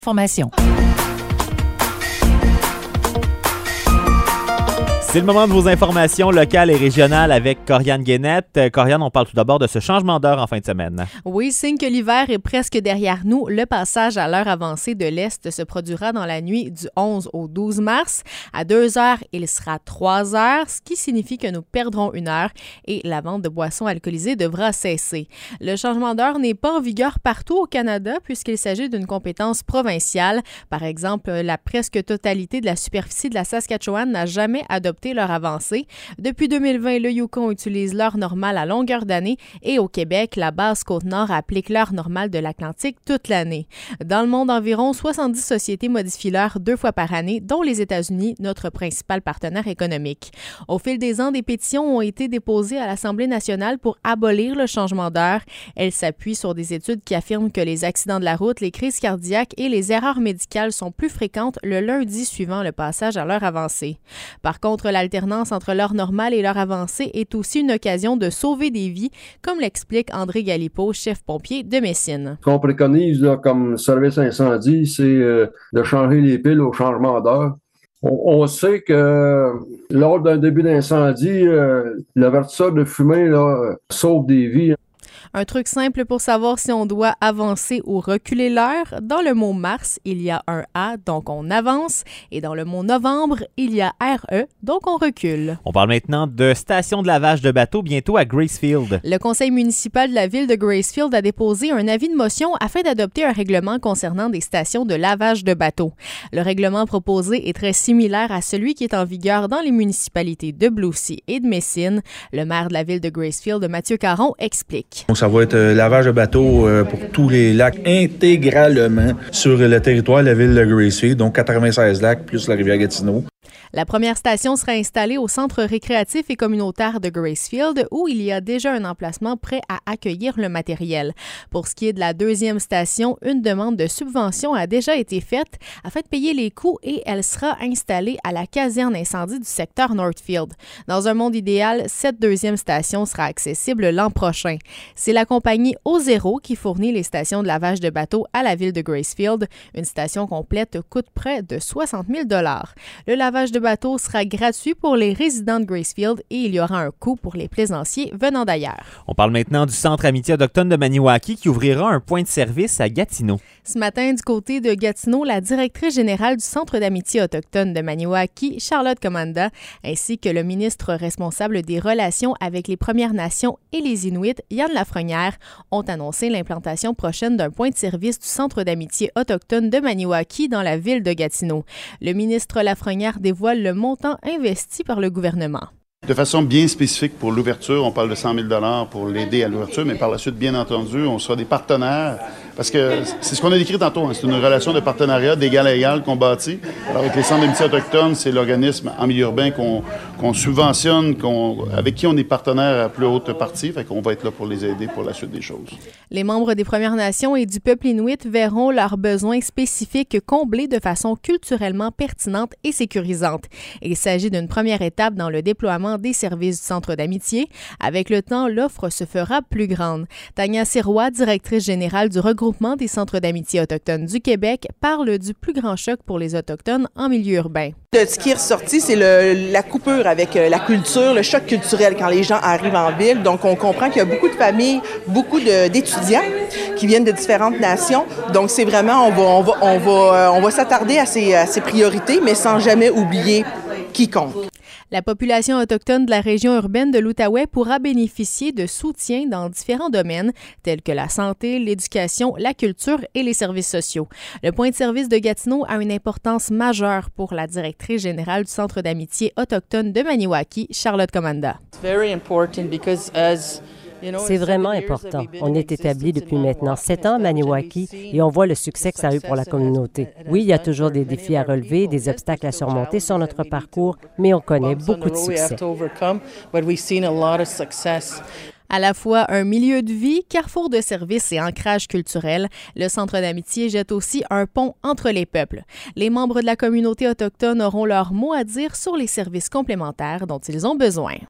Formation. C'est le moment de vos informations locales et régionales avec Corianne Guénette. Corianne, on parle tout d'abord de ce changement d'heure en fin de semaine. Oui, signe que l'hiver est presque derrière nous. Le passage à l'heure avancée de l'Est se produira dans la nuit du 11 au 12 mars. À 2 heures, il sera 3 heures, ce qui signifie que nous perdrons 1 heure et la vente de boissons alcoolisées devra cesser. Le changement d'heure n'est pas en vigueur partout au Canada puisqu'il s'agit d'une compétence provinciale. Par exemple, la presque totalité de la superficie de la Saskatchewan n'a jamais adopté leur avancée. Depuis 2020, le Yukon utilise l'heure normale à longueur d'année et au Québec, la Basse-Côte-Nord applique l'heure normale de l'Atlantique toute l'année. Dans le monde, environ 70 sociétés modifient l'heure 2 fois par année, dont les États-Unis, notre principal partenaire économique. Au fil des ans, des pétitions ont été déposées à l'Assemblée nationale pour abolir le changement d'heure. Elles s'appuient sur des études qui affirment que les accidents de la route, les crises cardiaques et les erreurs médicales sont plus fréquentes le lundi suivant le passage à l'heure avancée. Par contre, l'alternance entre l'heure normale et l'heure avancée est aussi une occasion de sauver des vies, comme l'explique André Galipeau, chef pompier de Messine. Ce qu'on préconise là, comme service incendie, c'est de changer les piles au changement d'heure. On sait que lors d'un début d'incendie, l'avertisseur de fumée là, sauve des vies. Un truc simple pour savoir si on doit avancer ou reculer l'heure. Dans le mot mars, il y a un A, donc on avance. Et dans le mot novembre, il y a RE, donc on recule. On parle maintenant de station de lavage de bateaux bientôt à Gracefield. Le conseil municipal de la ville de Gracefield a déposé un avis de motion afin d'adopter un règlement concernant des stations de lavage de bateaux. Le règlement proposé est très similaire à celui qui est en vigueur dans les municipalités de Blue Sea et de Messine. Le maire de la ville de Gracefield, Mathieu Caron, explique. Ça va être lavage de bateaux pour tous les lacs intégralement sur le territoire de la ville de Gracefield, donc 96 lacs plus la rivière Gatineau. La première station sera installée au centre récréatif et communautaire de Gracefield où il y a déjà un emplacement prêt à accueillir le matériel. Pour ce qui est de la deuxième station, une demande de subvention a déjà été faite afin de payer les coûts et elle sera installée à la caserne incendie du secteur Northfield. Dans un monde idéal, cette deuxième station sera accessible l'an prochain. C'est la compagnie Ozero qui fournit les stations de lavage de bateaux à la ville de Gracefield. Une station complète coûte près de 60 000 $. Le lavage de bateau sera gratuit pour les résidents de Gracefield et il y aura un coût pour les plaisanciers venant d'ailleurs. On parle maintenant du Centre Amitié autochtone de Maniwaki qui ouvrira un point de service à Gatineau. Ce matin, du côté de Gatineau, la directrice générale du Centre d'amitié autochtone de Maniwaki, Charlotte Commanda, ainsi que le ministre responsable des relations avec les Premières Nations et les Inuits, Yann Lafrenière, ont annoncé l'implantation prochaine d'un point de service du Centre d'amitié autochtone de Maniwaki dans la ville de Gatineau. Le ministre Lafrenière dévoile le montant investi par le gouvernement. De façon bien spécifique pour l'ouverture, on parle de 100 000 $ pour l'aider à l'ouverture, mais par la suite, bien entendu, on sera des partenaires, parce que c'est ce qu'on a décrit tantôt, hein, c'est une relation de partenariat d'égal à égal qu'on bâtit. Alors, avec les centres d'amitié autochtones, c'est l'organisme en milieu urbain qu'on subventionne, avec qui on est partenaire à plus haute partie, fait qu'on va être là pour les aider pour la suite des choses. Les membres des Premières Nations et du peuple inuit verront leurs besoins spécifiques comblés de façon culturellement pertinente et sécurisante. Il s'agit d'une première étape dans le déploiement des services du Centre d'amitié. Avec le temps, l'offre se fera plus grande. Tania Sirois, directrice générale du regroupement des centres d'amitié autochtones du Québec, parle du plus grand choc pour les Autochtones en milieu urbain. Ce qui est ressorti, c'est la coupure avec la culture, le choc culturel quand les gens arrivent en ville. Donc, on comprend qu'il y a beaucoup de familles, beaucoup d'étudiants qui viennent de différentes nations. Donc, c'est vraiment, on va s'attarder à ces priorités, mais sans jamais oublier quiconque. La population autochtone de la région urbaine de l'Outaouais pourra bénéficier de soutien dans différents domaines tels que la santé, l'éducation, la culture et les services sociaux. Le point de service de Gatineau a une importance majeure pour la directrice générale du Centre d'amitié autochtone de Maniwaki, Charlotte Commanda. C'est vraiment important. On est établi depuis maintenant 7 ans à Maniwaki et on voit le succès que ça a eu pour la communauté. Oui, il y a toujours des défis à relever, des obstacles à surmonter sur notre parcours, mais on connaît beaucoup de succès. À la fois un milieu de vie, carrefour de services et ancrage culturel, le Centre d'amitié jette aussi un pont entre les peuples. Les membres de la communauté autochtone auront leur mot à dire sur les services complémentaires dont ils ont besoin.